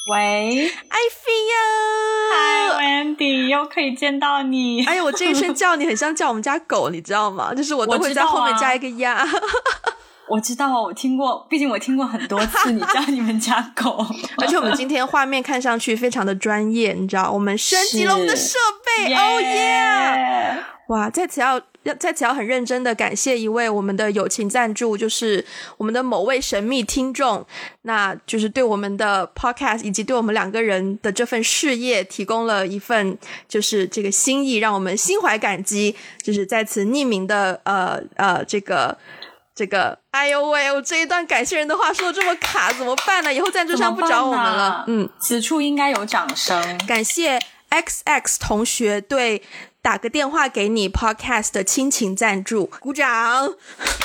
喂， 艾菲呀！ 嗨 Wendy， 又可以见到你。 哎呀，我这一声叫你很像叫我们家狗，你知道吗？就是我都会在后面加一个呀。 我知道啊，我听过，毕竟我听过很多次你叫你们家狗。 而且我们今天画面看上去非常的专业，你知道，我们升级了我们的设备。Oh yeah！ 哇，在此要很认真的感谢一位我们的友情赞助，就是我们的某位神秘听众，那就是对我们的 podcast 以及对我们两个人的这份事业提供了一份就是这个心意，让我们心怀感激。就是在此匿名的这个哎呦喂，我这一段感谢人的话说的这么卡怎么办呢？以后赞助商不找我们了。 此处应该有掌声。 感谢 XX 同学对打个电话给你 podcast 的亲情赞助，鼓掌。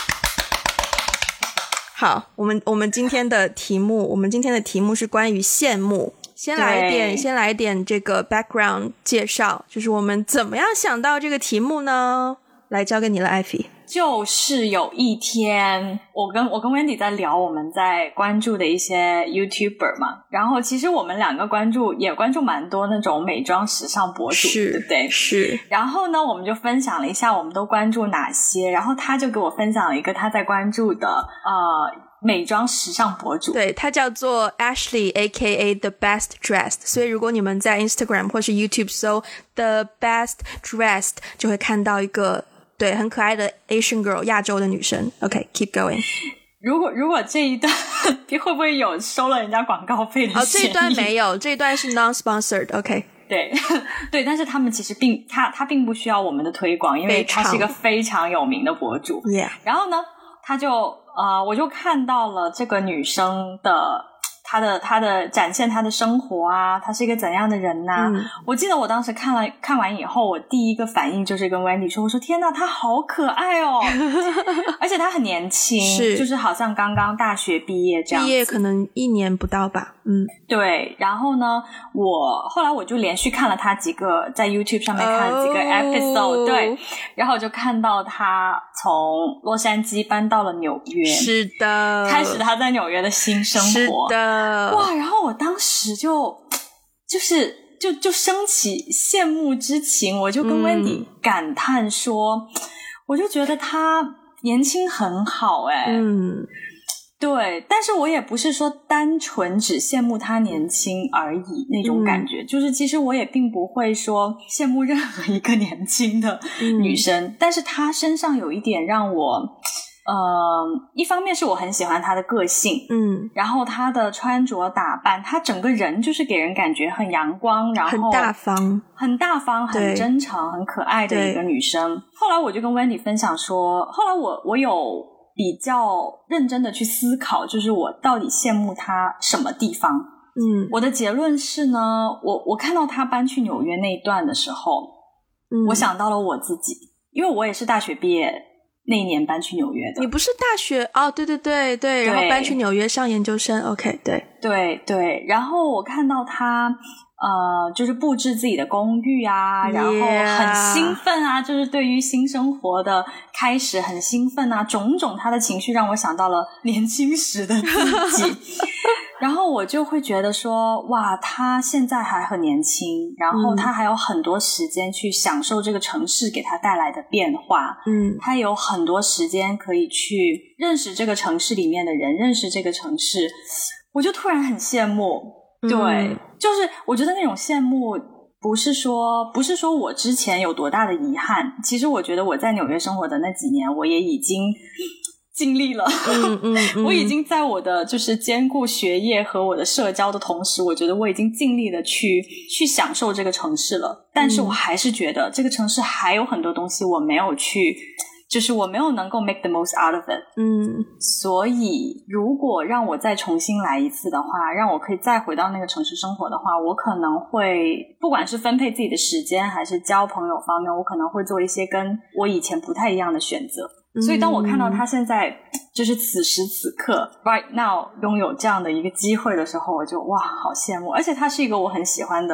好，我们今天的题目是关于羡慕。先来一点这个 background 介绍，就是我们怎么样想到这个题目呢？来，交给你了，艾菲。 就是有一天我跟 Wendy 在聊我们在关注的一些 YouTuber 嘛，然后其实我们两个关注蛮多那种美妆时尚博主，对不对？ 是。 然后呢我们就分享了一下我们都关注哪些，然后他就给我分享了一个他在关注的美妆时尚博主， 对，他叫做 Ashley aka The Best Dressed， 所以如果你们在 Instagram 或是 YouTube 搜 The Best Dressed 就会看到一个对很可爱的 Asian girl 亚洲的女生。 OK keep going。 如果这一段会不会有收了人家广告费的嫌疑？ 这一段没有，这一段是 non-sponsored。 OK 对，但是他们其实他并不需要我们的推广，因为他是一个非常有名的博主。然后呢他就我就看到了这个女生的她的展现她的生活啊，她是一个怎样的人啊。我记得我当时看完以后，我第一个反应就是跟 Wendy 说，我说天哪，她好可爱哦。而且她很年轻，就是好像刚刚大学毕业这样子， 毕业可能1年不到吧。 对。然后呢后来我就连续看了她几个在 YouTube 上面看了几个 episode，对。然后我就看到她从洛杉矶搬到了纽约， 是的， 开始她在纽约的新生活， 是的。 哇！然后我当时就升起羡慕之情，我就跟 Wendy 感叹说，我就觉得她年轻很好对，但是我也不是说单纯只羡慕她年轻而已那种感觉，就是其实我也并不会说羡慕任何一个年轻的女生，但是她身上有一点让我一方面是我很喜欢她的个性，然后她的穿着打扮，她整个人就是给人感觉很阳光，然后很大方， 很真诚，很可爱的一个女生。后来我就跟 Wendy 分享说，后来我有比较认真的去思考，就是我到底羡慕她什么地方。我的结论是呢，我看到她搬去纽约那一段的时候，我想到了我自己，因为我也是大学毕业那一年搬去纽约的。 你不是大学对，然后搬去纽约上研究生。 OK 对。然后我看到他就是布置自己的公寓啊，然后很兴奋啊，就是对于新生活的开始很兴奋啊，种种他的情绪让我想到了年轻时的自己。然后我就会觉得说，哇，他现在还很年轻，然后他还有很多时间去享受这个城市给他带来的变化，他有很多时间可以去认识这个城市里面的人，认识这个城市，我就突然很羡慕。对，就是我觉得那种羡慕不是说我之前有多大的遗憾，其实我觉得我在纽约生活的那几年，我也已经尽力了。我已经在我的就是兼顾学业和我的社交的同时，我觉得我已经尽力的去享受这个城市了。但是我还是觉得这个城市还有很多东西我没有去，就是我没有能够 make the most out of it。所以如果让我再重新来一次的话，让我可以再回到那个城市生活的话，我可能会不管是分配自己的时间还是交朋友方面，我可能会做一些跟我以前不太一样的选择。所以当我看到他现在就是此时此刻 right now 拥有这样的一个机会的时候，我就哇好羡慕。而且他是一个我很喜欢的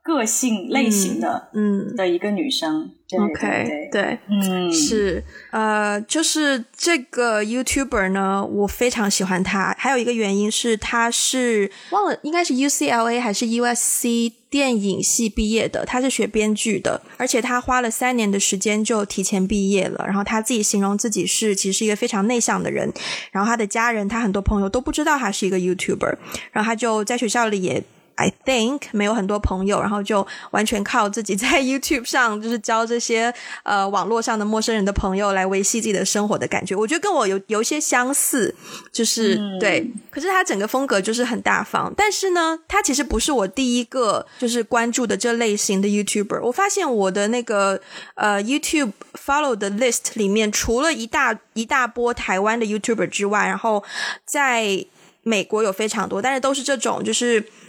个性类型的的一个女生。对 OK 对是就是这个 YouTuber 呢我非常喜欢他，还有一个原因是他是忘了应该是 UCLA 还是 USC 电影系毕业的，他是学编剧的，而且他花了3年的时间就提前毕业了，然后他自己形容自己是其实是一个非常内向的人，然后他的家人他很多朋友都不知道他是一个 YouTuber， 然后他就在学校里也I think 没有很多朋友，然后就完全靠自己在 YouTube 上就是交这些网络上的陌生人的朋友来维系自己的生活的感觉，我觉得跟我有一些相似，就是对，可是他整个风格就是很大方，但是呢他其实不是我第一个就是关注的这类型的 YouTuber， 我发现我的那个YouTube follow 的 list 里面除了一大波台湾的 YouTuber 之外，然后在美国有非常多，但是都是这种就是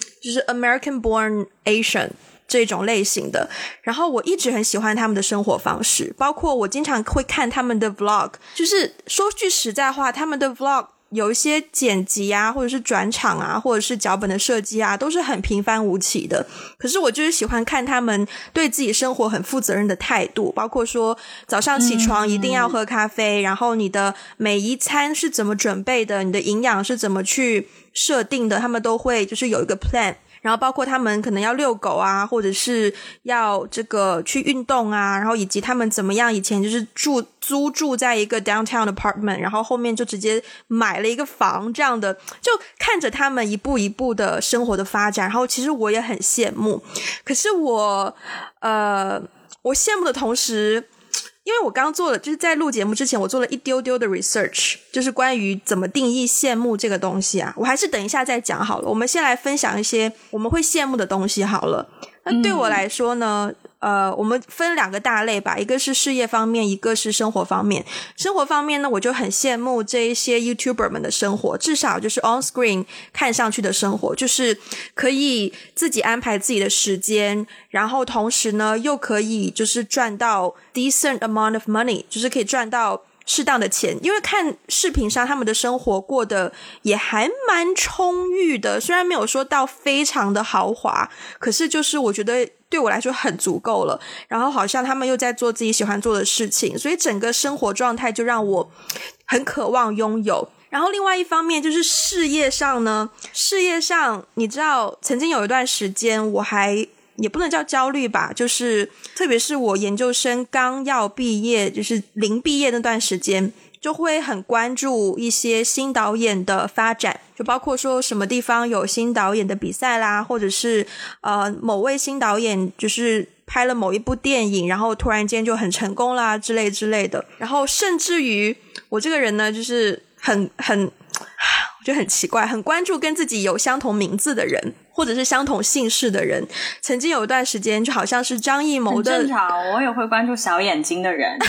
American born Asian 这种类型的，然后我一直很喜欢他们的生活方式，包括我经常会看他们的 vlog， 就是说句实在话，他们的 vlog 有一些剪辑啊，或者是转场啊，或者是脚本的设计啊，都是很平凡无奇的，可是我就是喜欢看他们对自己生活很负责任的态度，包括说早上起床一定要喝咖啡，然后你的每一餐是怎么准备的，你的营养是怎么去设定的，他们都会就是有一个 plan， 然后包括他们可能要遛狗啊，或者是要这个去运动啊，然后以及他们怎么样以前就是租住在一个 downtown apartment， 然后后面就直接买了一个房这样的，就看着他们一步一步的生活的发展，然后其实我也很羡慕，可是我羡慕的同时，因为我刚做了就是在录节目之前我做了一丢丢的 research， 就是关于怎么定义羡慕这个东西啊，我还是等一下再讲好了，我们先来分享一些我们会羡慕的东西好了。那对我来说呢我们分2个大类吧，一个是事业方面，一个是生活方面。生活方面呢，我就很羡慕这一些 YouTuber 们的生活，至少就是 on screen 看上去的生活，就是可以自己安排自己的时间，然后同时呢又可以就是赚到 decent amount of money， 就是可以赚到适当的钱，因为看视频上他们的生活过得也还蛮充裕的，虽然没有说到非常的豪华，可是就是我觉得对我来说很足够了，然后好像他们又在做自己喜欢做的事情，所以整个生活状态就让我很渴望拥有。然后另外一方面就是事业上呢，事业上你知道曾经有一段时间我还也不能叫焦虑吧，就是特别是我研究生刚要毕业，就是临毕业那段时间，就会很关注一些新导演的发展，就包括说什么地方有新导演的比赛啦，或者是某位新导演就是拍了某一部电影，然后突然间就很成功啦之类的，然后甚至于我这个人呢就是很我觉得很奇怪，很关注跟自己有相同名字的人或者是相同姓氏的人。曾经有一段时间就好像是张艺谋的， 很正常，我也会关注小眼睛的人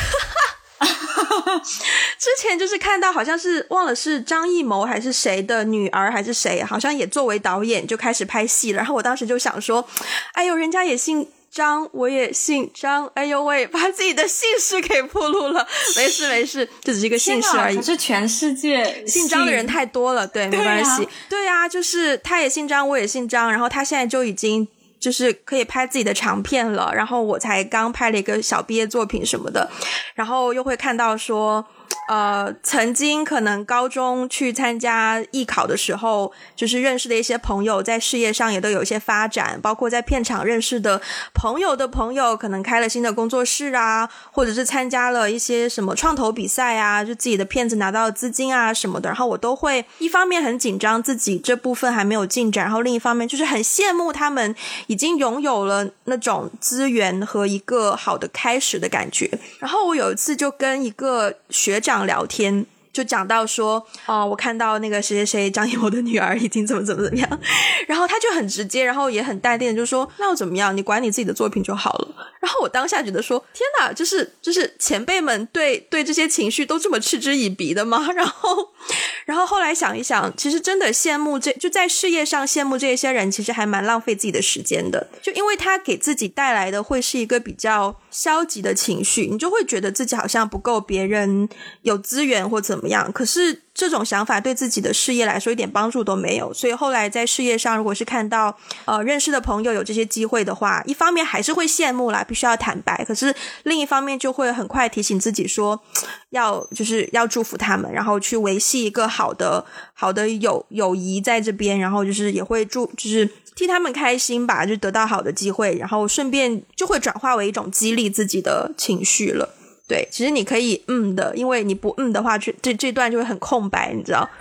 之前就是看到好像是忘了是张艺谋还是谁的女儿还是谁，好像也作为导演就开始拍戏了，然后我当时就想说哎呦人家也姓张我也姓张，哎呦喂把自己的姓氏给暴露了，没事这只是一个姓氏而已。 可是全世界姓张的人太多了，对，没关系。对啊，就是他也姓张我也姓张，然后他现在就已经就是可以拍自己的长片了，然后我才刚拍了一个小毕业作品什么的，然后又会看到说曾经可能高中去参加艺考的时候就是认识的一些朋友在事业上也都有一些发展，包括在片场认识的朋友的朋友可能开了新的工作室啊，或者是参加了一些什么创投比赛啊，就自己的片子拿到资金啊什么的，然后我都会一方面很紧张自己这部分还没有进展，然后另一方面就是很羡慕他们已经拥有了那种资源和一个好的开始的感觉。然后我有一次就跟一个学长聊天，就讲到说我看到那个谁谁谁张艺谋的女儿已经怎么样，然后他就很直接然后也很淡定的就说那又怎么样，你管你自己的作品就好了。然后我当下觉得说天哪，就是前辈们对这些情绪都这么嗤之以鼻的吗？然后后来想一想，其实真的羡慕就在事业上羡慕这些人其实还蛮浪费自己的时间的，就因为他给自己带来的会是一个比较消极的情绪，你就会觉得自己好像不够别人有资源或怎么样，可是这种想法对自己的事业来说一点帮助都没有，所以后来在事业上如果是看到认识的朋友有这些机会的话，一方面还是会羡慕啦，必须要坦白，可是另一方面就会很快提醒自己说就是要祝福他们，然后去维系一个好的友谊在这边，然后就是也会就是替他们开心吧，就得到好的机会，然后顺便就会转化为一种激励自己的情绪了。对，其实你可以的，因为你不的话这段就会很空白，你知道。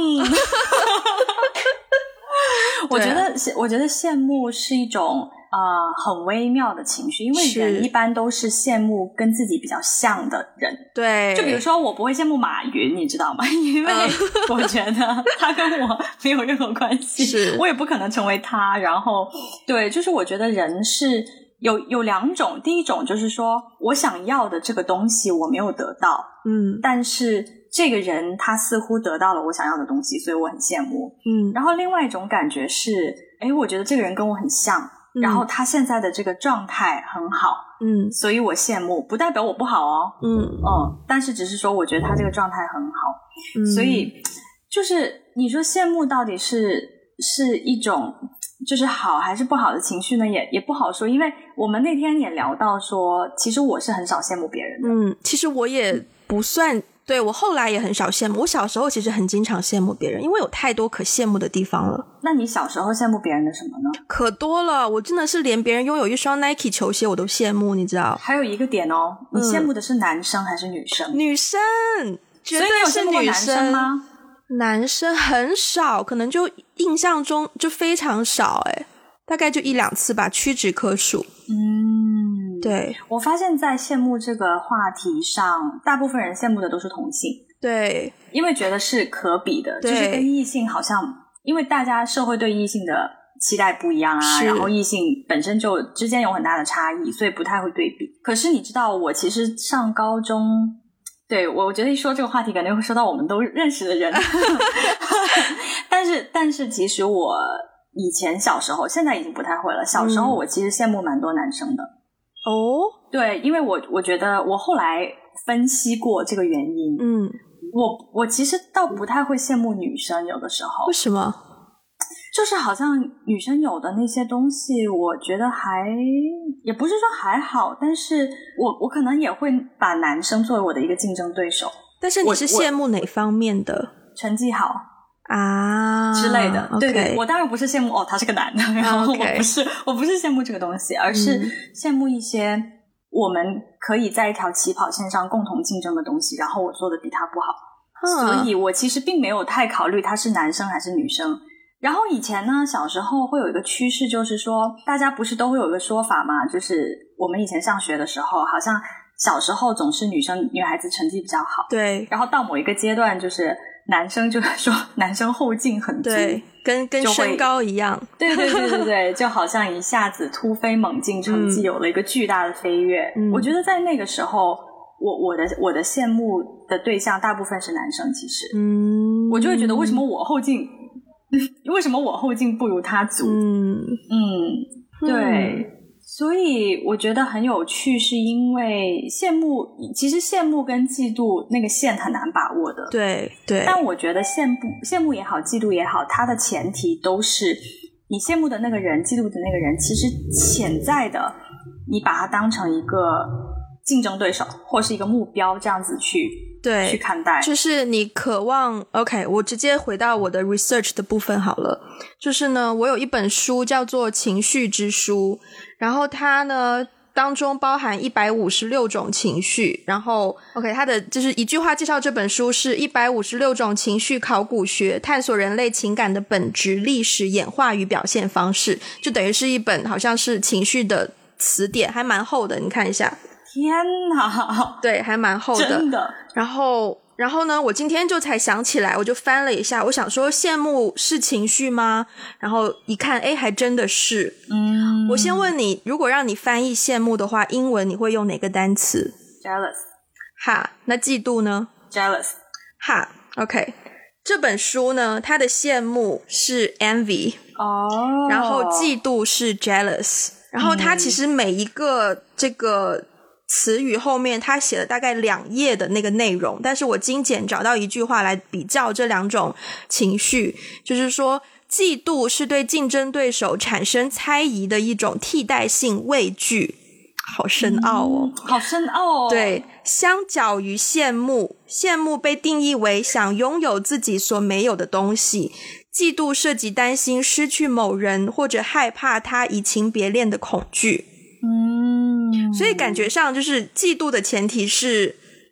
我觉得羡慕是一种很微妙的情绪，因为人一般都是羡慕跟自己比较像的人。 对， 就比如说我不会羡慕马云，你知道吗？因为我觉得他跟我没有任何关系，我也不可能成为他。然后对，就是我觉得人是有两种，第一种就是说我想要的这个东西我没有得到，但是这个人他似乎得到了我想要的东西，所以我很羡慕。然后另外一种感觉是我觉得这个人跟我很像，然后他现在的这个状态很好，所以我羡慕，不代表我不好哦，但是只是说我觉得他这个状态很好，所以就是你说羡慕到底是一种就是好还是不好的情绪呢，也不好说，因为我们那天也聊到说其实我是很少羡慕别人的。 其实我也不算，对，我后来也很少羡慕，我小时候其实很经常羡慕别人，因为有太多可羡慕的地方了。 那你小时候羡慕别人的什么呢？ 可多了，我真的是连别人拥有一双 Nike 球鞋我都羡慕，你知道。 还有一个点哦，你羡慕的是男生还是女生？ 女生，绝对是女生。所以你有羡慕过男生吗？男生很少，可能就印象中就非常少，大概就1-2次吧，屈指可数。对， 我发现在羡慕这个话题上，大部分人羡慕的都是同性。 对， 因为觉得是可比的，就是跟异性好像，因为大家社会对异性的期待不一样啊，然后异性本身就之间有很大的差异，所以不太会对比。可是你知道，我其实上高中，对，我觉得一说这个话题感觉会说到我们都认识的人但是其实我以前小时候，现在已经不太会了，小时候我其实羡慕蛮多男生的。对，因为我觉得我后来分析过这个原因，我其实倒不太会羡慕女生，有的时候。 为什么？ 就是好像女生有的那些东西，我觉得也不是说还好，但是我可能也会把男生作为我的一个竞争对手。 但是你是羡慕哪方面的？ 成绩好啊之类的。 对对，我当然不是羡慕他是个男的，然后我不是羡慕这个东西，而是羡慕一些我们可以在一条起跑线上共同竞争的东西，然后我做的比他不好，所以我其实并没有太考虑他是男生还是女生。然后以前呢，小时候会有一个趋势，就是说大家不是都会有一个说法嘛，就是我们以前上学的时候，好像小时候总是女孩子成绩比较好， 对， 然后到某一个阶段就是男生就是说男生后劲很足， 对，跟身高一样， 对，就好像一下子突飞猛进，成绩有了一个巨大的飞跃。我觉得在那个时候，我的羡慕的对象大部分是男生，其实，我就会觉得为什么我后劲不如他足？对。所以我觉得很有趣，是因为其实羡慕跟嫉妒那个线很难把握的。 对。 但我觉得羡慕也好，嫉妒也好，它的前提都是你羡慕的那个人，嫉妒的那个人，其实潜在的你把它当成一个竞争对手或是一个目标，这样子去看待， 就是你渴望。 OK， 我直接回到我的 research 的部分好了。就是呢，我有一本书叫做《情绪之书》，然后它呢当中包含156种情绪，然后 OK， 它的就是一句话介绍这本书是156种情绪考古学，探索人类情感的本质、历史、演化与表现方式，就等于是一本好像是情绪的词典，还蛮厚的，你看一下。 天哪， 对，还蛮厚的， 真的。 然后呢，我今天就才想起来，我就翻了一下，我想说羡慕是情绪吗？然后一看，还真的是。我先问你，如果让你翻译羡慕的话，英文你会用哪个单词？ Jealous。 哈，那嫉妒呢？ Jealous。 哈 OK， 这本书呢，它的羡慕是 envy， 然后嫉妒是 jealous， 然后它其实每一个这个词语后面他写了大概2页的那个内容，但是我精简找到一句话来比较这2种情绪，就是说嫉妒是对竞争对手产生猜疑的一种替代性畏惧。好深奥哦， 好深奥哦。 对，相较于羡慕，羡慕被定义为想拥有自己所没有的东西，嫉妒涉及担心失去某人或者害怕他移情别恋的恐惧。所以感觉上就是嫉妒的前提是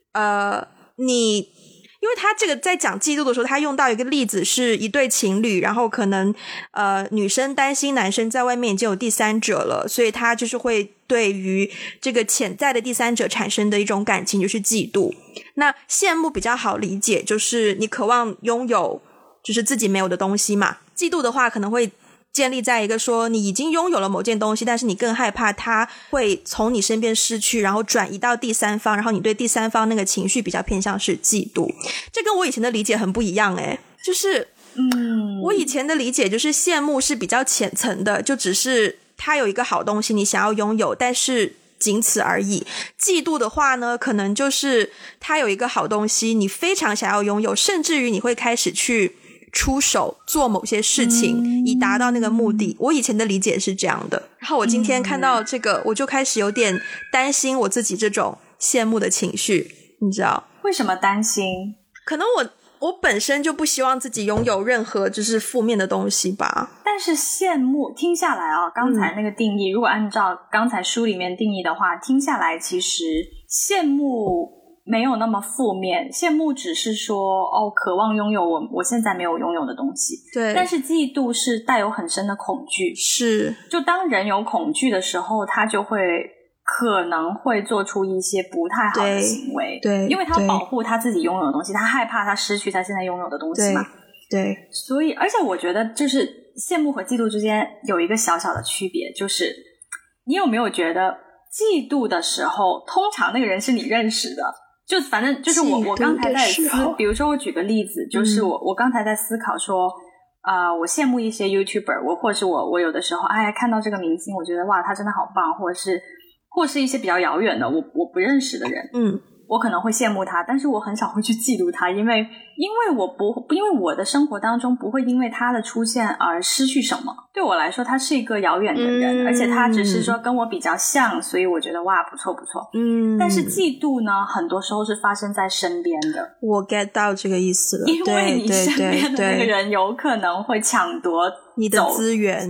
因为他这个在讲嫉妒的时候，他用到一个例子是一对情侣，然后可能女生担心男生在外面已经有第三者了，所以他就是会对于这个潜在的第三者产生的一种感情就是嫉妒。那羡慕比较好理解，就是你渴望拥有就是自己没有的东西嘛。嫉妒的话可能会建立在一个说你已经拥有了某件东西，但是你更害怕它会从你身边失去，然后转移到第三方，然后你对第三方那个情绪比较偏向是嫉妒。这跟我以前的理解很不一样诶，就是我以前的理解就是羡慕是比较浅层的，就只是它有一个好东西你想要拥有，但是仅此而已。嫉妒的话呢，可能就是它有一个好东西你非常想要拥有，甚至于你会开始去出手做某些事情以达到那个目的。我以前的理解是这样的，然后我今天看到这个我就开始有点担心我自己这种羡慕的情绪，你知道为什么担心？ 可能我本身就不希望自己拥有任何就是负面的东西吧。 但是羡慕听下来啊，刚才那个定义如果按照刚才书里面定义的话，听下来其实羡慕没有那么负面，羡慕只是说渴望拥有我现在没有拥有的东西。 对， 但是嫉妒是带有很深的恐惧， 是就当人有恐惧的时候，他就会可能会做出一些不太好的行为。 对， 因为他保护他自己拥有的东西，他害怕他失去他现在拥有的东西嘛。 对， 所以而且我觉得就是羡慕和嫉妒之间有一个小小的区别，就是你有没有觉得嫉妒的时候通常那个人是你认识的，就反正就是我刚才在比如说我举个例子，就是我刚才在思考说我羡慕一些 YouTuber， 或者是我有的时候看到这个明星我觉得哇他真的好棒，或是一些比较遥远的我不认识的人，我可能会羡慕他，但是我很少会去嫉妒他，因为我的生活当中不会因为他的出现而失去什么。对我来说他是一个遥远的人，而且他只是说跟我比较像，所以我觉得哇不错不错。但是嫉妒呢很多时候是发生在身边的。 我 get 到这个意思了， 因为你身边的那个人有可能会抢夺你的资源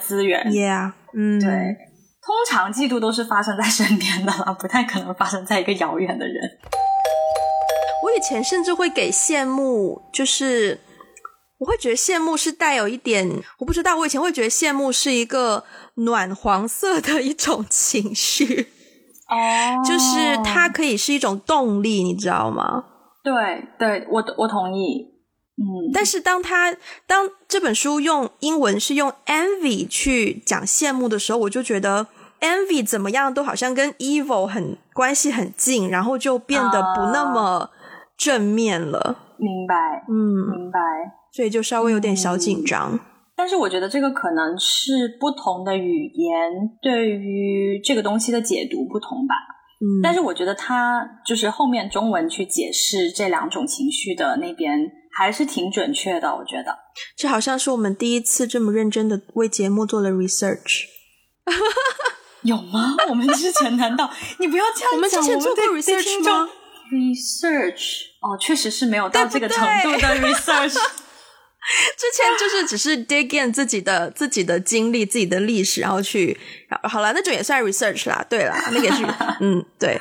Yeah 对，通常嫉妒都是发生在身边的啦，不太可能发生在一个遥远的人。 我以前甚至会给羡慕，就是我会觉得羡慕是带有一点，我不知道，我以前会觉得羡慕是一个暖黄色的一种情绪。就是它可以是一种动力，你知道吗？对，我同意。但是当这本书用英文是用 envy 去讲羡慕的时候，我就觉得 envy 怎么样都好像跟 evil 关系很近，然后就变得不那么正面了。 明白明白， 所以就稍微有点小紧张。 但是我觉得这个可能是不同的语言对于这个东西的解读不同吧。但是我觉得它就是后面中文去解释这两种情绪的那边还是挺准确的，我觉得。 这好像是我们第一次这么认真的为节目做了 research。 有吗？我们之前难道你不要这样讲， 我们之前做过 research 吗？ research 确实是没有到这个程度的 research。 之前就是只是 dig in 自己的经历自己的历史，然后去好了，那种也算 research 啦。对啦，那个也是对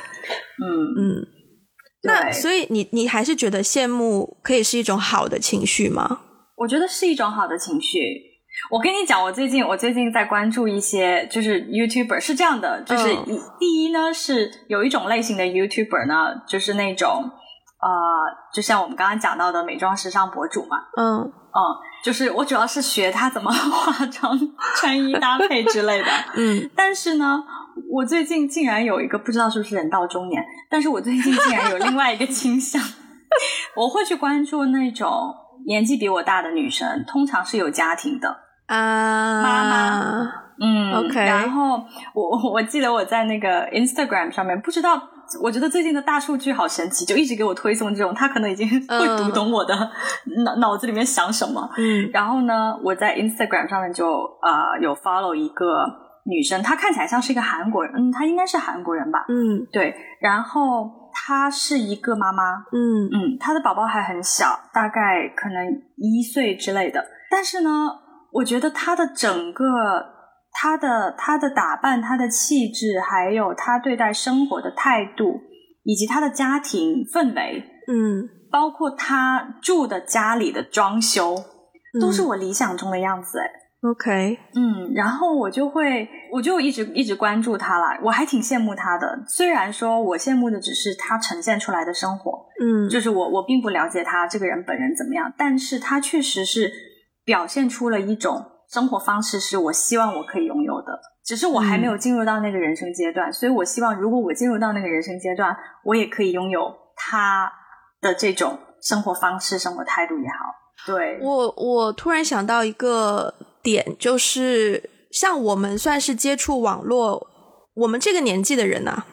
那所以你还是觉得羡慕可以是一种好的情绪吗？ 我觉得是一种好的情绪。我跟你讲，我最近在关注一些就是 YouTuber， 是这样的，就是第一呢是有一种类型的 YouTuber 呢，就是那种就像我们刚刚讲到的美妆时尚博主嘛，就是我主要是学他怎么化妆、穿衣搭配之类的。但是呢，我最近竟然有一个不知道是不是人到中年，但是我最近竟然有另外一个倾向，我会去关注那种年纪比我大的女生，通常是有家庭的， 妈妈。 OK。 然后我记得我在那个 Instagram 上面，不知道，我觉得最近的大数据好神奇，就一直给我推送这种，他可能已经会读懂我的脑子里面想什么。然后呢，我在 Instagram 上面就有 follow 一个女生，她看起来像是一个韩国人，她应该是韩国人吧。对。然后她是一个妈妈，她的宝宝还很小，大概可能1岁之类的。但是呢，我觉得她的整个她的打扮，她的气质，还有她对待生活的态度，以及她的家庭氛围，包括她住的家里的装修，都是我理想中的样子。 OK。 然后我就一直关注她啦，我还挺羡慕她的。虽然说我羡慕的只是她呈现出来的生活，就是我并不了解她这个人本人怎么样，但是她确实是表现出了一种生活方式是我希望我可以拥有的，只是我还没有进入到那个人生阶段，所以我希望如果我进入到那个人生阶段，我也可以拥有他的这种生活方式、生活态度也好。对， 我突然想到一个点，就是像我们算是接触网络，我们这个年纪的人啊，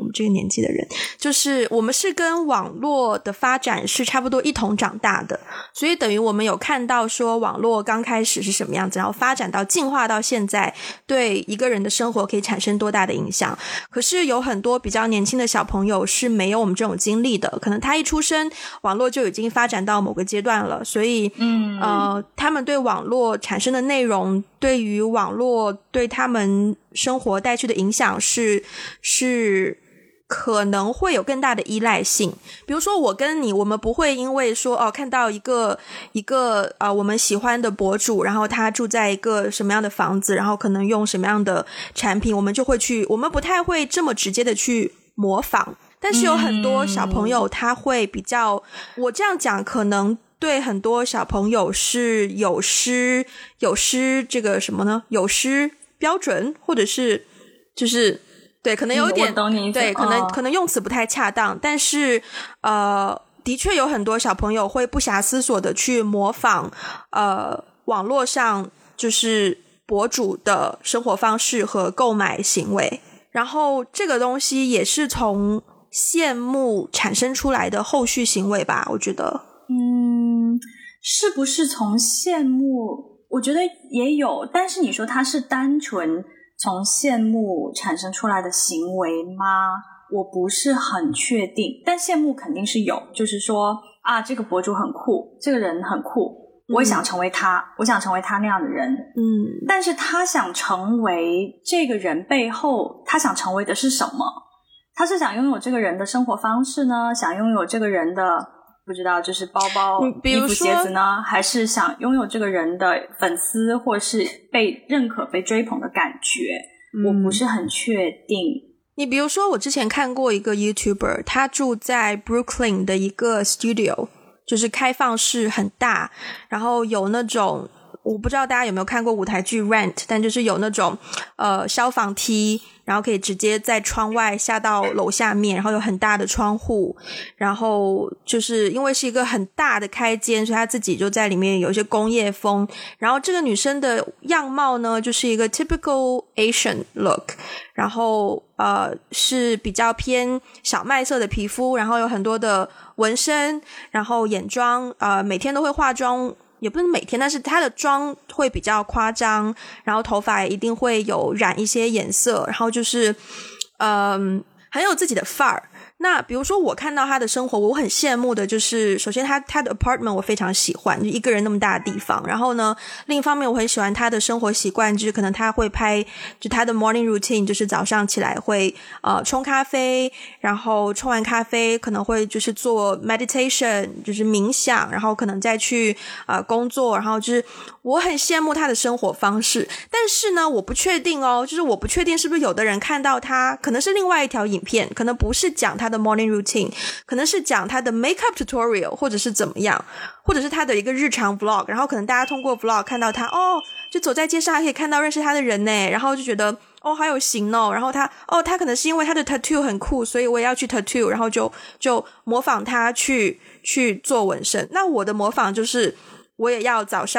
就是我们是跟网络的发展是差不多一同长大的，所以等于我们有看到说网络刚开始是什么样子，然后发展到进化到现在对一个人的生活可以产生多大的影响。可是有很多比较年轻的小朋友是没有我们这种经历的，可能他一出生网络就已经发展到某个阶段了，所以他们对网络产生的内容，对于网络对他们生活带去的影响是可能会有更大的依赖性。比如说我跟你，我们不会因为说看到一个我们喜欢的博主，然后他住在一个什么样的房子，然后可能用什么样的产品，我们不太会这么直接的去模仿。但是有很多小朋友他会比较，我这样讲可能对很多小朋友是有失这个什么呢？有失标准，或者是就是对，可能有一点对，可能用词不太恰当，但是的确有很多小朋友会不暇思索的去模仿网络上就是博主的生活方式和购买行为，然后这个东西也是从羡慕产生出来的后续行为吧，我觉得。 是不是从羡慕？我觉得也有，但是你说它是单纯从羡慕产生出来的行为吗？我不是很确定，但羡慕肯定是有，就是说这个博主很酷，这个人很酷，我也想成为他，我想成为他那样的人。但是他想成为这个人背后，他想成为的是什么？他是想拥有这个人的生活方式呢？想拥有这个人的不知道就是包包、衣服、鞋子呢？还是想拥有这个人的粉丝，或是被认可、被追捧的感觉？我不是很确定。 你比如说我之前看过一个 YouTuber， 他住在 Brooklyn 的一个 studio， 就是开放式很大，然后有那种我不知道大家有没有看过舞台剧 Rent， 但就是有那种消防梯，然后可以直接在窗外下到楼下面，然后有很大的窗户，然后就是因为是一个很大的开间，所以他自己就在里面有一些工业风。然后这个女生的样貌呢，就是一个 typical Asian look， 然后是比较偏小麦色的皮肤，然后有很多的纹身，然后眼妆，每天都会化妆，也不是每天，但是她的妆会比较夸张，然后头发也一定会有染一些颜色，然后就是很有自己的范儿。那比如说我看到他的生活，我很羡慕的就是首先他的 apartment 我非常喜欢，就一个人那么大的地方。然后呢，另一方面我很喜欢他的生活习惯，就是可能他会拍就他的 morning routine， 就是早上起来会冲咖啡，然后冲完咖啡可能会就是做 meditation， 就是冥想，然后可能再去工作，然后就是我很羡慕他的生活方式。但是呢，我不确定就是我不确定是不是有的人看到他可能是另外一条影片，可能不是讲他的 morning routine， 可能是讲他的 makeup tutorial， 或者是怎么样，或者是他的一个日常 vlog， 然后可能大家通过 vlog 看到他就走在街上还可以看到认识他的人呢，然后就觉得好有型然后他可能是因为他的 tattoo 很酷，所以我也要去 tattoo， 然后就模仿他去做纹身。那我的模仿就是我也要早上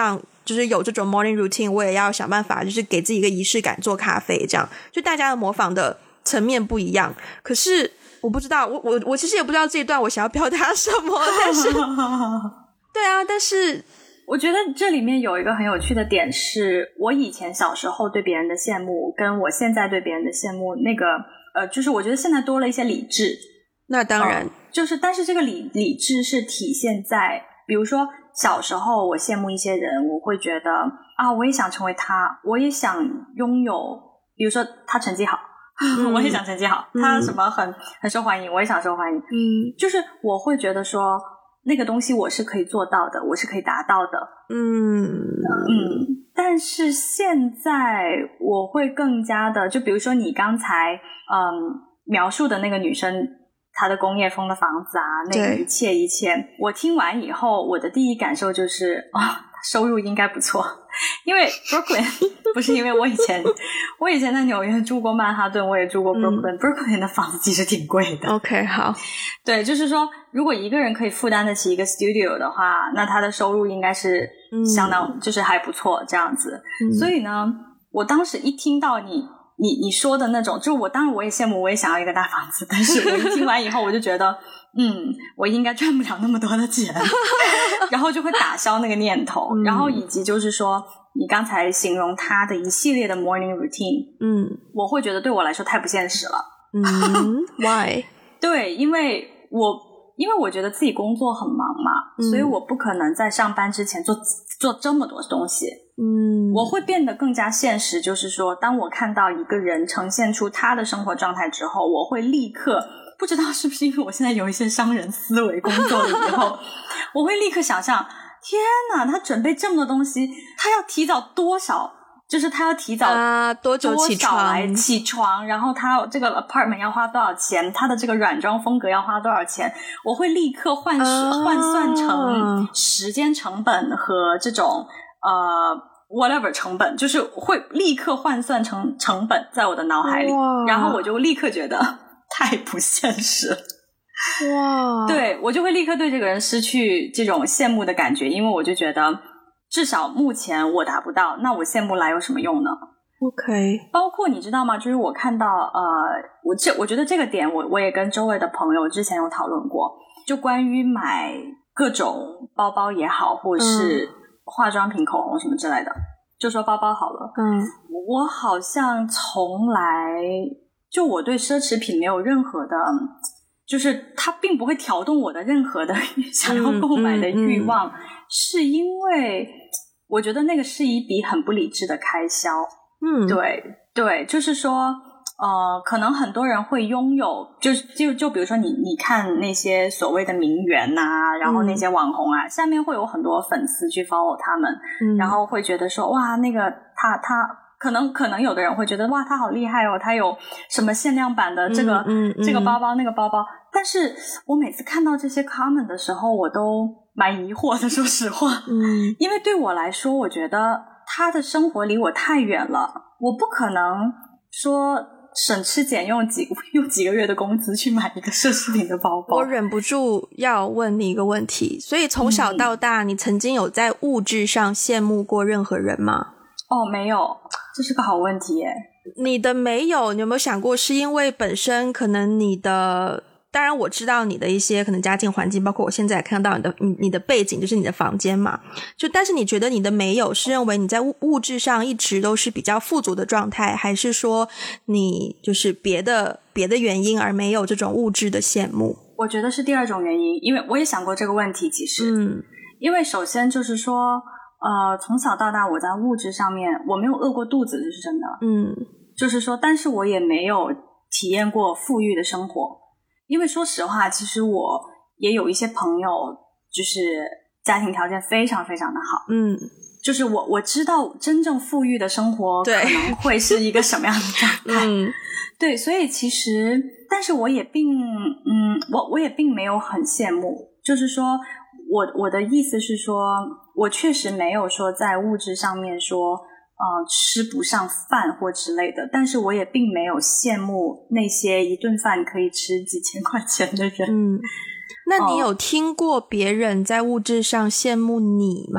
就是有这种 morning routine， 我也要想办法就是给自己一个仪式感做咖啡，这样就大家的模仿的层面不一样。可是我不知道，我其实也不知道这一段我想要表达什么，但是对啊，但是我觉得这里面有一个很有趣的点是，我以前小时候对别人的羡慕跟我现在对别人的羡慕，那个就是我觉得现在多了一些理智。 那当然， 就是但是这个理智是体现在比如说小时候我羡慕一些人，我会觉得啊，我也想成为他，我也想拥有，比如说他成绩好我也想成绩好，他什么很受欢迎，我也想受欢迎。就是我会觉得说那个东西我是可以做到的，我是可以达到的。但是现在我会更加的，就比如说你刚才描述的那个女生她的工业风的房子啊，那个一切，我听完以后我的第一感受就是收入应该不错。因为 Brooklyn 不是因为我以前在纽约住过曼哈顿，我也住过 Brooklyn 的房子其实挺贵的。 OK 好， 对，就是说如果一个人可以负担得起一个 studio 的话，那他的收入应该是相当就是还不错这样子。所以呢我当时一听到你说的那种，就我当然我也羡慕，我也想要一个大房子，但是我一听完以后我就觉得我应该赚不了那么多的钱然后就会打消那个念头。然后以及就是说你刚才形容他的一系列的 morning routine，我会觉得对我来说太不现实了。 Why？ 对，因为我觉得自己工作很忙嘛，所以我不可能在上班之前做这么多东西。我会变得更加现实，就是说当我看到一个人呈现出他的生活状态之后，我会立刻，不知道是不是因为我现在有一些商人思维工作了以后我会立刻想象，天哪，他准备这么多东西，他要提早多少，就是他要提早多久起床，然后他这个 apartment 要花多少钱，他的这个软装风格要花多少钱，我会立刻换算成时间成本和这种whatever 成本，就是会立刻换算成成本在我的脑海里，然后我就立刻觉得太不现实了。对，我就会立刻对这个人失去这种羡慕的感觉，因为我就觉得至少目前我达不到，那我羡慕来有什么用呢？ OK， 包括你知道吗，就是我看到我觉得这个点我也跟周围的朋友之前有讨论过，就关于买各种包包也好，或者是化妆品口红什么之类的，就说包包好了，我好像从来就我对奢侈品没有任何的，就是它并不会挑动我的任何的想要购买的欲望，是因为我觉得那个是一笔很不理智的开销。对，就是说可能很多人会拥有，就比如说你看那些所谓的名媛啊，然后那些网红啊，下面会有很多粉丝去 follow 他们，然后会觉得说哇，那个他可能有的人会觉得哇，他好厉害哦，他有什么限量版的这个包包那个包包，但是我每次看到这些 comment 的时候，我都蛮疑惑的，说实话，因为对我来说，我觉得他的生活离我太远了，我不可能说省吃俭用用几个月的工资去买一个奢侈品的包包。 我忍不住要问你一个问题，所以从小到大，你曾经有在物质上羡慕过任何人吗？ 没有，这是个好问题耶。 你的没有，你有没有想过是因为本身可能你的，当然我知道你的一些可能家境环境，包括我现在也看到你的背景，就是你的房间嘛，但是你觉得你的没有是认为你在物质上一直都是比较富足的状态，还是说你就是别的原因而没有这种物质的羡慕？ 我觉得是第二种原因，因为我也想过这个问题，其实因为首先就是说从小到大我在物质上面我没有饿过肚子，这是真的，就是说但是我也没有体验过富裕的生活，因为说实话其实我也有一些朋友就是家庭条件非常非常的好，就是我知道真正富裕的生活可能会是一个什么样的状态对，所以其实但是我也并没有很羡慕，就是说我的意思是说我确实没有说在物质上面说吃不上饭或之类的，但是我也并没有羡慕那些一顿饭可以吃几千块钱的人。 那你有听过别人在物质上羡慕你吗？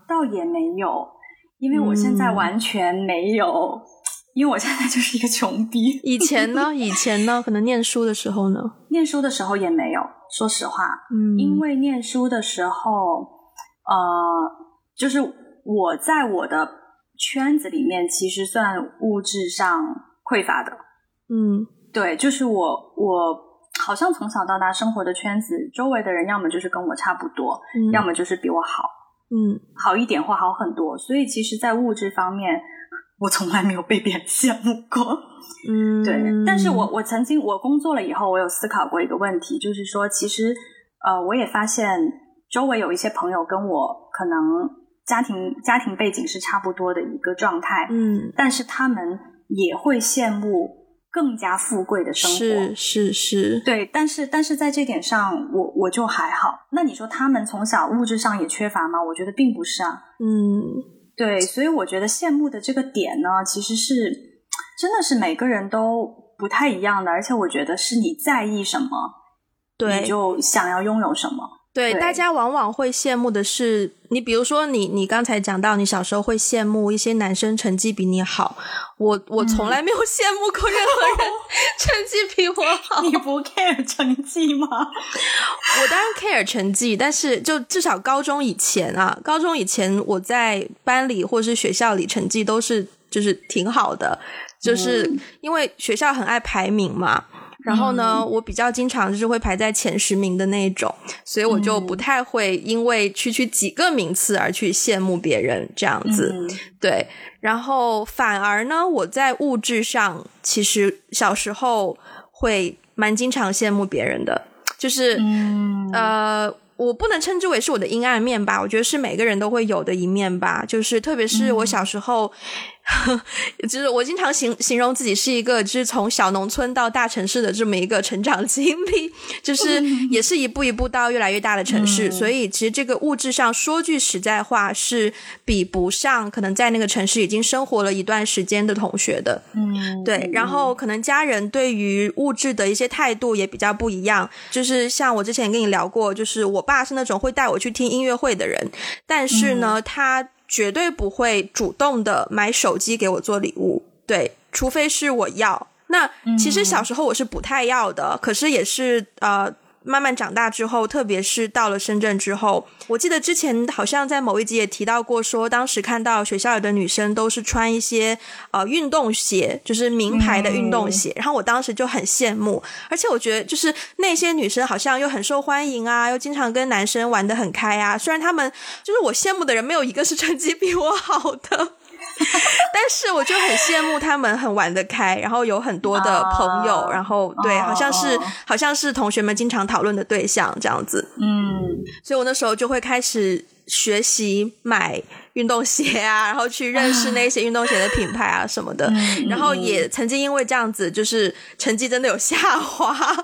倒也没有，因为我现在完全没有，因为我现在就是一个穷逼。 以前呢可能念书的时候呢？ 念书的时候也没有，说实话。因为念书的时候就是我在我的圈子里面其实算物质上匮乏的。对，就是我好像从小到大生活的圈子，周围的人要么就是跟我差不多，要么就是比我好，好一点或好很多。所以其实在物质方面我从来没有被别人羡慕过。对。但是我曾经我工作了以后，我有思考过一个问题，就是说其实我也发现周围有一些朋友跟我可能家庭背景是差不多的一个状态，但是他们也会羡慕更加富贵的生活。 是。 对，但是在这点上我就还好。那你说他们从小物质上也缺乏吗？我觉得并不是啊。对，所以我觉得羡慕的这个点呢，其实是真的是每个人都不太一样的，而且我觉得是你在意什么，对，你就想要拥有什么。 对，大家往往会羡慕的是，你比如说你刚才讲到你小时候会羡慕一些男生成绩比你好，我从来没有羡慕过任何人成绩比我好。 你不 care 成绩吗？ 我当然 care 成绩，但是就至少高中以前我在班里或是学校里成绩都是就是挺好的，就是因为学校很爱排名嘛。然后呢，我比较经常就是会排在前10名的那一种，所以我就不太会因为区几个名次而去羡慕别人这样子。对，然后反而呢，我在物质上其实小时候会蛮经常羡慕别人的，就是我不能称之为是我的阴暗面吧，我觉得是每个人都会有的一面吧，就是特别是我小时候就是我经常形容自己是一个就是从小农村到大城市的这么一个成长经历，就是也是一步一步到越来越大的城市，所以其实这个物质上说句实在话是比不上可能在那个城市已经生活了一段时间的同学的。对，然后可能家人对于物质的一些态度也比较不一样，就是像我之前跟你聊过，就是我爸是那种会带我去听音乐会的人，但是呢他绝对不会主动的买手机给我做礼物，对，除非是我要。那其实小时候我是不太要的，可是也是慢慢长大之后，特别是到了深圳之后，我记得之前好像在某一集也提到过，说当时看到学校里的女生都是穿一些运动鞋，就是名牌的运动鞋，然后我当时就很羡慕，而且我觉得就是那些女生好像又很受欢迎啊，又经常跟男生玩得很开啊，虽然他们就是我羡慕的人没有一个是成绩比我好的但是我就很羡慕他们很玩得开，然后有很多的朋友，然后对，好像是同学们经常讨论的对象这样子。所以我那时候就会开始学习买运动鞋啊，然后去认识那些运动鞋的品牌啊什么的，然后也曾经因为这样子就是成绩真的有下滑当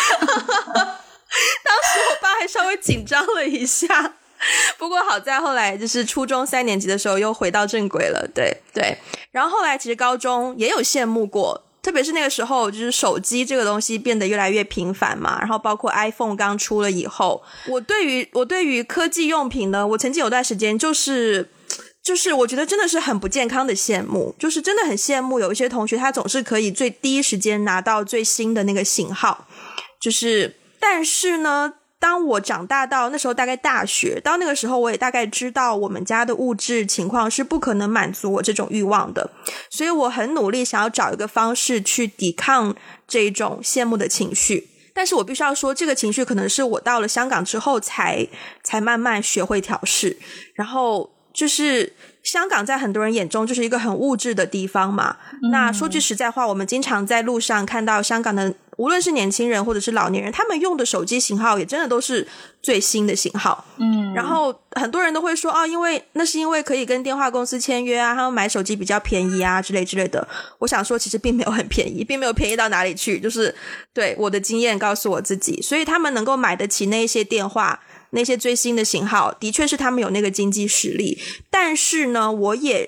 时我爸还稍微紧张了一下，不过好在后来就是初中3年级的时候又回到正轨了。对，然后后来其实高中也有羡慕过，特别是那个时候就是手机这个东西变得越来越频繁嘛，然后包括 iPhone 刚出了以后，我对于科技用品呢，我曾经有段时间就是我觉得真的是很不健康的羡慕，就是真的很羡慕有一些同学他总是可以最第一时间拿到最新的那个型号，就是但是呢当我长大到那时候大概大学，到那个时候我也大概知道我们家的物质情况是不可能满足我这种欲望的，所以我很努力想要找一个方式去抵抗这一种羡慕的情绪。但是我必须要说，这个情绪可能是我到了香港之后才慢慢学会调试。然后就是香港在很多人眼中就是一个很物质的地方嘛，那说句实在话，我们经常在路上看到香港的无论是年轻人或者是老年人，他们用的手机型号也真的都是最新的型号。然后很多人都会说因为可以跟电话公司签约啊，他们买手机比较便宜啊之类的。我想说其实并没有很便宜，并没有便宜到哪里去，就是对我的经验告诉我自己，所以他们能够买得起那些电话那些最新的型号，的确是他们有那个经济实力。但是呢我也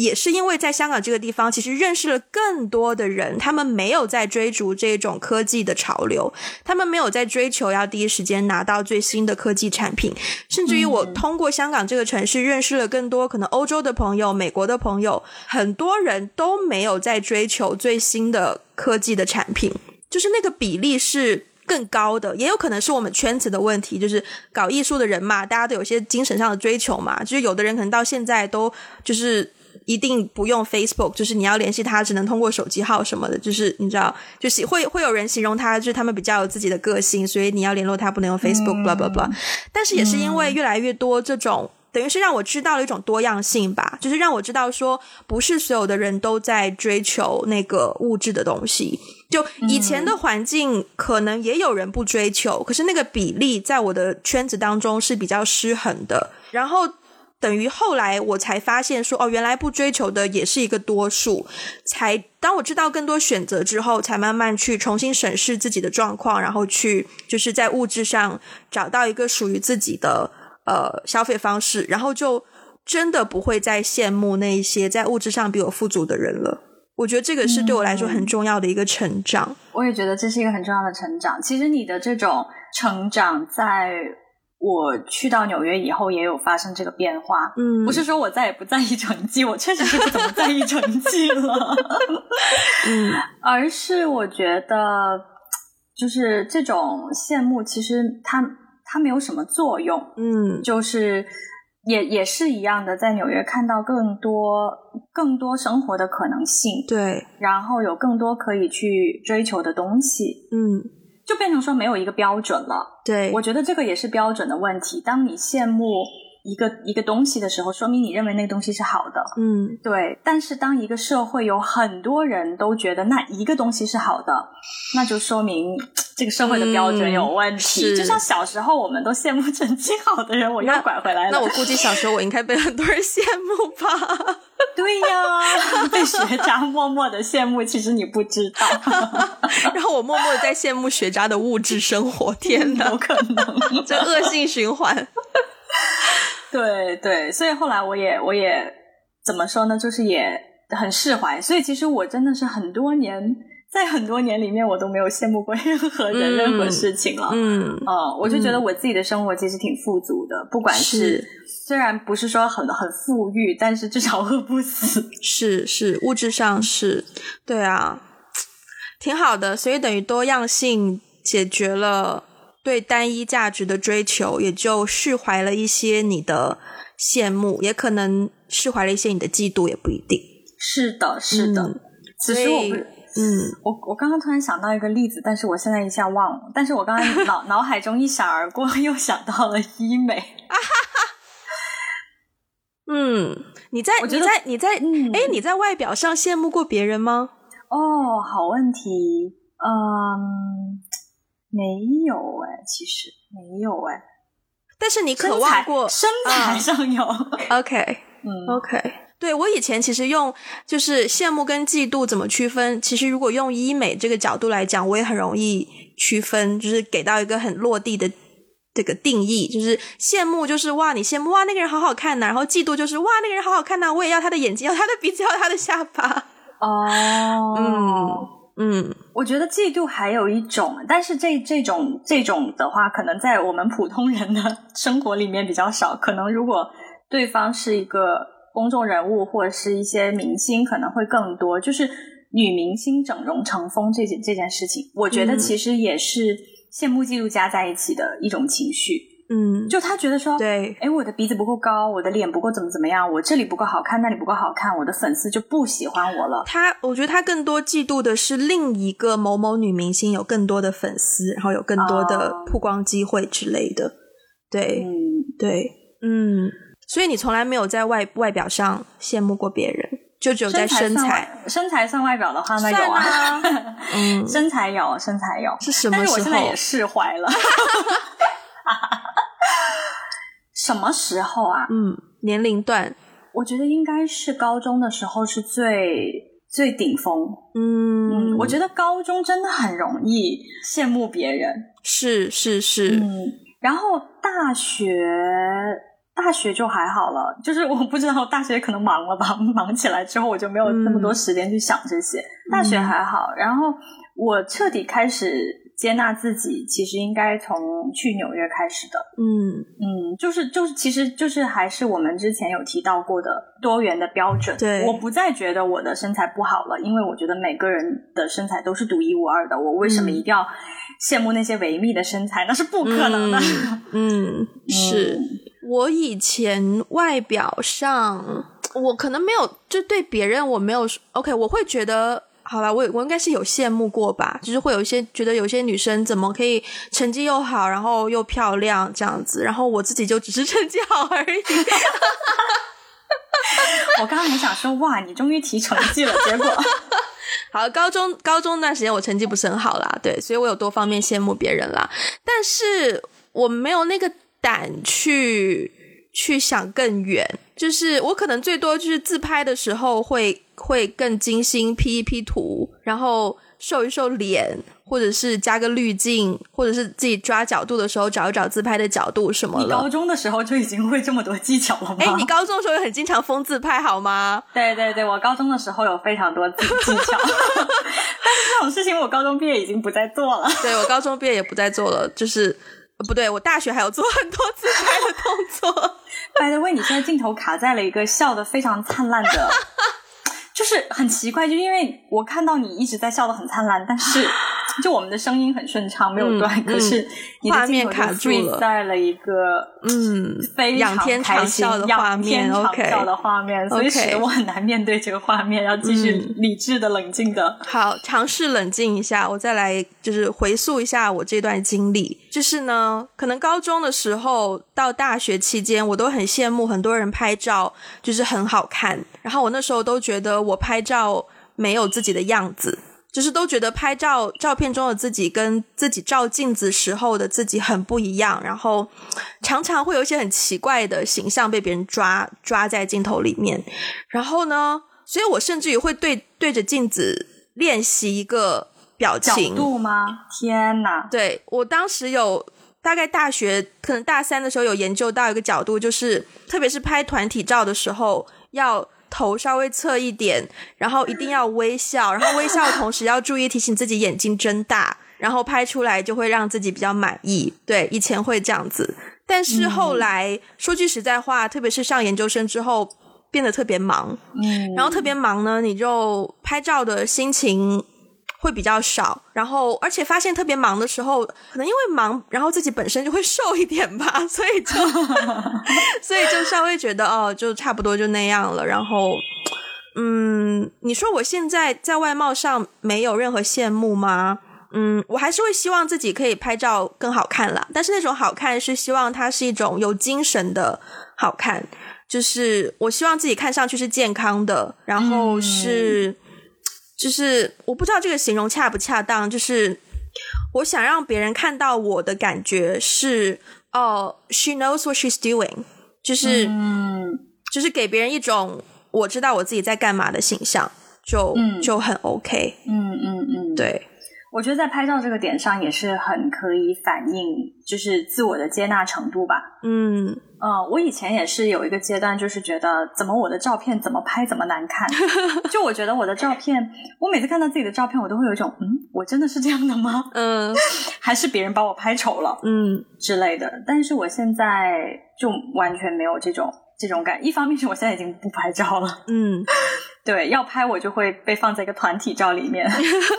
也是因为在香港这个地方其实认识了更多的人，他们没有在追逐这种科技的潮流，他们没有在追求要第一时间拿到最新的科技产品，甚至于我通过香港这个城市认识了更多可能欧洲的朋友、美国的朋友，很多人都没有在追求最新的科技的产品，就是那个比例是更高的。也有可能是我们圈子的问题，就是搞艺术的人嘛，大家都有些精神上的追求嘛，就是有的人可能到现在都就是一定不用 Facebook， 就是你要联系他只能通过手机号什么的，就是你知道，就是会有人形容他就是他们比较有自己的个性，所以你要联络他不能用 Facebook blah blah blah。 但是也是因为越来越多这种等于是让我知道了一种多样性吧，就是让我知道说不是所有的人都在追求那个物质的东西，就以前的环境可能也有人不追求，可是那个比例在我的圈子当中是比较失衡的，然后等于后来我才发现说原来不追求的也是一个多数，当我知道更多选择之后，才慢慢去重新审视自己的状况，然后去就是在物质上找到一个属于自己的消费方式，然后就真的不会再羡慕那一些在物质上比我富足的人了。我觉得这个是对我来说很重要的一个成长。 我也觉得这是一个很重要的成长。其实你的这种成长在我去到纽约以后也有发生这个变化。不是说我再也不在意成绩，我确实是不怎么在意成绩了而是我觉得就是这种羡慕其实它没有什么作用。就是也是一样的，在纽约看到更多生活的可能性， 对， 然后有更多可以去追求的东西，就变成说没有一个标准了。 对， 我觉得这个也是标准的问题。当你羡慕一个东西的时候，说明你认为那个东西是好的。对。但是当一个社会有很多人都觉得那一个东西是好的，那就说明这个社会的标准有问题。就像小时候我们都羡慕成绩好的人，我又拐回来了。 那我估计小时候我应该被很多人羡慕吧对呀，被学渣默默的羡慕，其实你不知道然后我默默的在羡慕学渣的物质生活。天哪， 有可能这恶性循环对对，所以后来我也怎么说呢，就是也很释怀。所以其实我真的是在很多年里面我都没有羡慕过任何人任何事情了。我就觉得我自己的生活其实挺富足的，不管是虽然不是说很富裕，但是至少饿不死。 是物质上是，对啊，挺好的。所以等于多样性解决了对单一价值的追求，也就释怀了一些你的羡慕，也可能释怀了一些你的嫉妒，也不一定。 是的是的。此时我刚刚突然想到一个例子，但是我现在一下忘了。但是我刚刚脑海中一闪而过，又想到了医美。 你在外表上羡慕过别人吗？ 好问题。没有其实没有但是你渴望过身材上有。 OK。对，我以前其实用就是羡慕跟嫉妒怎么区分，其实如果用医美这个角度来讲，我也很容易区分，就是给到一个很落地的这个定义。就是羡慕就是哇你羡慕哇那个人好好看呐，然后嫉妒就是哇那个人好好看呐，我也要他的眼睛，要他的鼻子，要他的下巴。 我觉得嫉妒还有一种，但是这种的话可能在我们普通人的生活里面比较少。可能如果对方是一个公众人物或者是一些明星可能会更多，就是女明星整容成风这件事情，我觉得其实也是羡慕嫉妒加在一起的一种情绪。就他觉得说对， 我的鼻子不够高，我的脸不够怎么样，我这里不够好看那里不够好看，我的粉丝就不喜欢我了。 我觉得他更多嫉妒的是另一个某某女明星有更多的粉丝，然后有更多的曝光机会之类的。对，所以你从来没有在外表上羡慕过别人，就只有在身材算外表的话，那有啊。身材有是什么时候？但是我现在也释怀了。什么时候啊？ 年龄段我觉得应该是高中的时候是最顶峰。我觉得高中真的很容易羡慕别人。 是。 然后大大学就还好了，就是我不知道大学可能忙了吧，忙起来之后我就没有那么多时间去想这些。大学还好，然后我彻底开始接纳自己，其实应该从去纽约开始的。其实就是还是我们之前有提到过的多元的标准。 对， 我不再觉得我的身材不好了，因为我觉得每个人的身材都是独一无二的，我为什么一定要羡慕那些维密的身材？那是不可能的。 是我以前外表上我可能没有，就对别人我没有 OK， 我会觉得好啦，我应该是有羡慕过吧，就是会有一些觉得有些女生怎么可以成绩又好，然后又漂亮这样子，然后我自己就只是成绩好而已。 我刚刚很想说，哇，你终于提成绩了，结果好，高中那段时间我成绩不是很好啦，对，所以我有多方面羡慕别人啦，但是我没有那个胆去想更远，就是我可能最多就是自拍的时候会更精心 P 一 P 图，然后瘦一瘦脸，或者是加个滤镜，或者是自己抓角度的时候找一找自拍的角度什么了。 你高中的时候就已经会这么多技巧了吗？ 你高中的时候也很经常疯自拍好吗？ 对对对，我高中的时候有非常多技巧。但是这种事情我高中毕业已经不再做了。 对，我高中毕业也不再做了，就是不对，我大学还有做很多自拍的动作。 By the way， 你现在镜头卡在了一个笑得非常灿烂的就是很奇怪，就因为我看到你一直在笑得很灿烂，但是就我们的声音很顺畅，没有断，可是你的镜头就 freeze 在了一个非常开心仰天长啸的画面，所以使得我很难面对这个画面，要继续理智的冷静的。 好，尝试冷静一下，我再来就是回溯一下我这段经历。就是呢，可能高中的时候到大学期间，我都很羡慕很多人拍照就是很好看，然后我那时候都觉得我拍照没有自己的样子，就是都觉得拍照片中的自己跟自己照镜子时候的自己很不一样，然后常常会有一些很奇怪的形象被别人抓在镜头里面。然后呢，所以我甚至于会对着镜子练习一个表情。 角度吗？天哪！ 对，我当时有大概大学可能大3的时候有研究到一个角度，就是特别是拍团体照的时候要头稍微侧一点，然后一定要微笑，然后微笑的同时要注意提醒自己眼睛睁大，然后拍出来就会让自己比较满意。对，以前会这样子，但是后来说句实在话，特别是上研究生之后变得特别忙，然后特别忙呢，你就拍照的心情会比较少，然后而且发现特别忙的时候，可能因为忙，然后自己本身就会瘦一点吧，所以就稍微觉得就差不多就那样了。然后你说我现在在外貌上没有任何羡慕吗？我还是会希望自己可以拍照更好看啦，但是那种好看是希望它是一种有精神的好看，就是我希望自己看上去是健康的，然后就是我不知道这个形容恰不恰当，就是我想让别人看到我的感觉是she knows what she's doing， 就是给别人一种我知道我自己在干嘛的形象，就很 OK。对， 我觉得在拍照这个点上也是很可以反映就是自我的接纳程度吧。我以前也是有一个阶段，就是觉得怎么我的照片怎么拍怎么难看。就我觉得我的照片，我每次看到自己的照片，我都会有一种我真的是这样的吗？还是别人把我拍丑了之类的。但是我现在就完全没有这种感。一方面是我现在已经不拍照了，对，要拍我就会被放在一个团体照里面。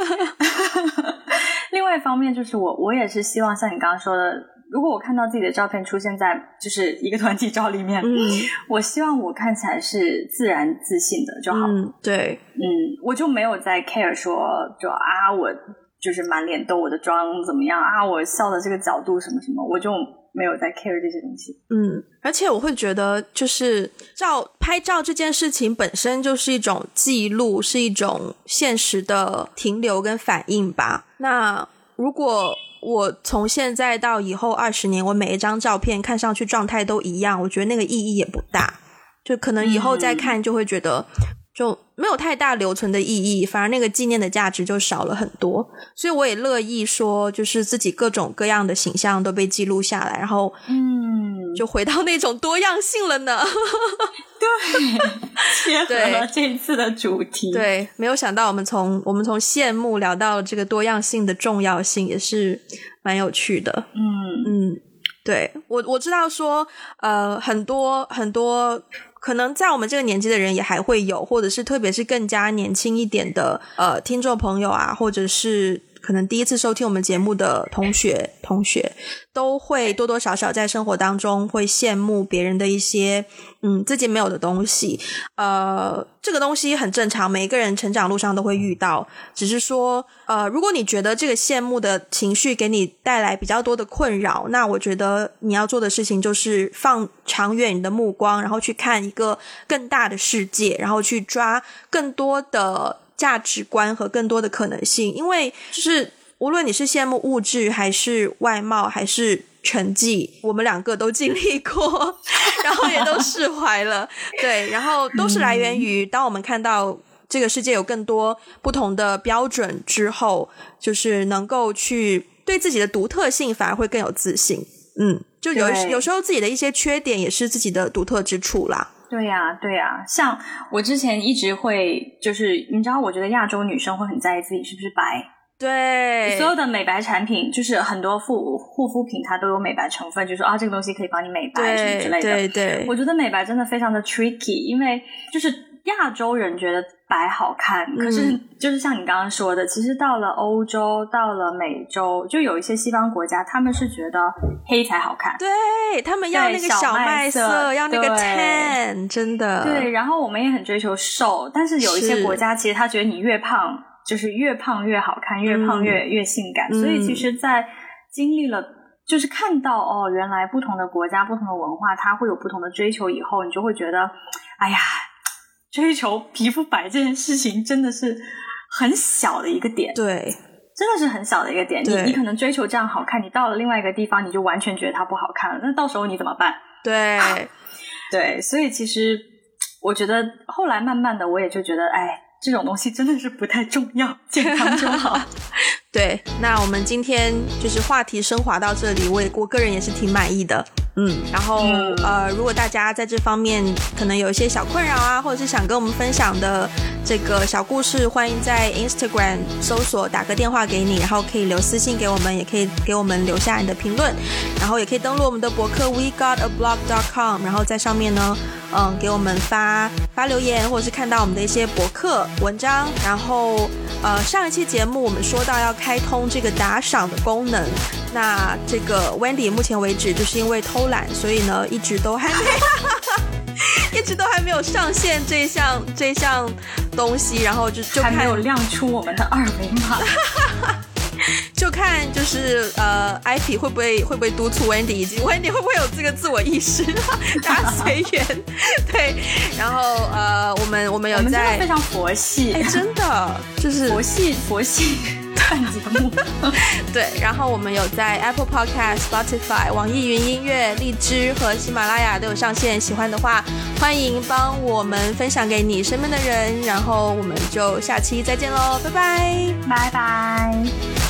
另外一方面就是我也是希望像你刚刚说的，如果我看到自己的照片出现在就是一个团体照里面，我希望我看起来是自然自信的就好。 对， 我就没有在 care 说我就是满脸痘，我的妆怎么样我笑的这个角度什么什么，我就没有在 care 这些东西。 而且我会觉得就是拍照这件事情本身就是一种记录，是一种现实的停留跟反应吧。那如果我从现在到以后20年，我每一张照片看上去状态都一样，我觉得那个意义也不大，就可能以后再看就会觉得就没有太大留存的意义，反而那个纪念的价值就少了很多。所以我也乐意说就是自己各种各样的形象都被记录下来，然后就回到那种多样性了呢。 对，结合了这一次的主题。 对，没有想到我们从羡慕聊到这个多样性的重要性，也是蛮有趣的。对，我知道说很多可能在我们这个年纪的人也还会有，或者是特别是更加年轻一点的听众朋友啊，或者是可能第一次收听我们节目的同学都会多多少少在生活当中会羡慕别人的一些自己没有的东西。这个东西很正常，每一个人成长路上都会遇到，只是说如果你觉得这个羡慕的情绪给你带来比较多的困扰，那我觉得你要做的事情就是放长远你的目光，然后去看一个更大的世界，然后去抓更多的价值观和更多的可能性。因为就是无论你是羡慕物质还是外貌还是成绩，我们两个都经历过然后也都释怀了。对，然后都是来源于当我们看到这个世界有更多不同的标准之后，就是能够去对自己的独特性反而会更有自信。就有时候自己的一些缺点也是自己的独特之处啦。 对呀，像我之前一直会就是你知道，我觉得亚洲女生会很在意自己是不是白。 对， 所有的美白产品就是很多护肤品它都有美白成分，就是说这个东西可以帮你美白什么之类的。对，我觉得美白真的非常的 tricky， 因为就是亚洲人觉得白好看，可是就是像你刚刚说的，其实到了欧洲到了美洲，就有一些西方国家他们是觉得黑才好看， 对，他们要那个小麦色，要那个 tan， 真的。 对，然后我们也很追求瘦，但是有一些国家其实他觉得你越胖就是越胖越好看，越胖越性感。所以其实在经历了就是看到原来不同的国家不同的文化它会有不同的追求以后，你就会觉得哎呀，追求皮肤白这件事情真的是很小的一个点。 对， 真的是很小的一个点。你可能追求这样好看，你到了另外一个地方你就完全觉得它不好看了，那到时候你怎么办？ 对对，所以其实我觉得后来慢慢的我也就觉得这种东西真的是不太重要，健康就好。 对，那我们今天就是话题升华到这里，我个人也是挺满意的。然后如果大家在这方面可能有一些小困扰啊，或者是想跟我们分享的这个小故事，欢迎在 Instagram 搜索打个电话给你，然后可以留私信给我们，也可以给我们留下你的评论，然后也可以登录我们的博客 wegotablog.com， 然后在上面呢给我们发留言，或者是看到我们的一些博客文章。然后上一期节目我们说到要开通这个打赏的功能，那这个 Wendy 目前为止就是因为偷懒，所以呢一直都还没有上线这项东西，然后就看还没有亮出我们的二维码就看就是IP 会不会督促 Wendy， 以及 Wendy 会不会有这个自我意识，大家随缘。对，然后我们有在， 我们真的非常佛系， 真的就是佛系看节目。 对，然后我们有在 Apple Podcast、Spotify、网易云音乐、荔枝和喜马拉雅都有上线，喜欢的话欢迎帮我们分享给你身边的人，然后我们就下期再见咯，拜拜， 拜拜。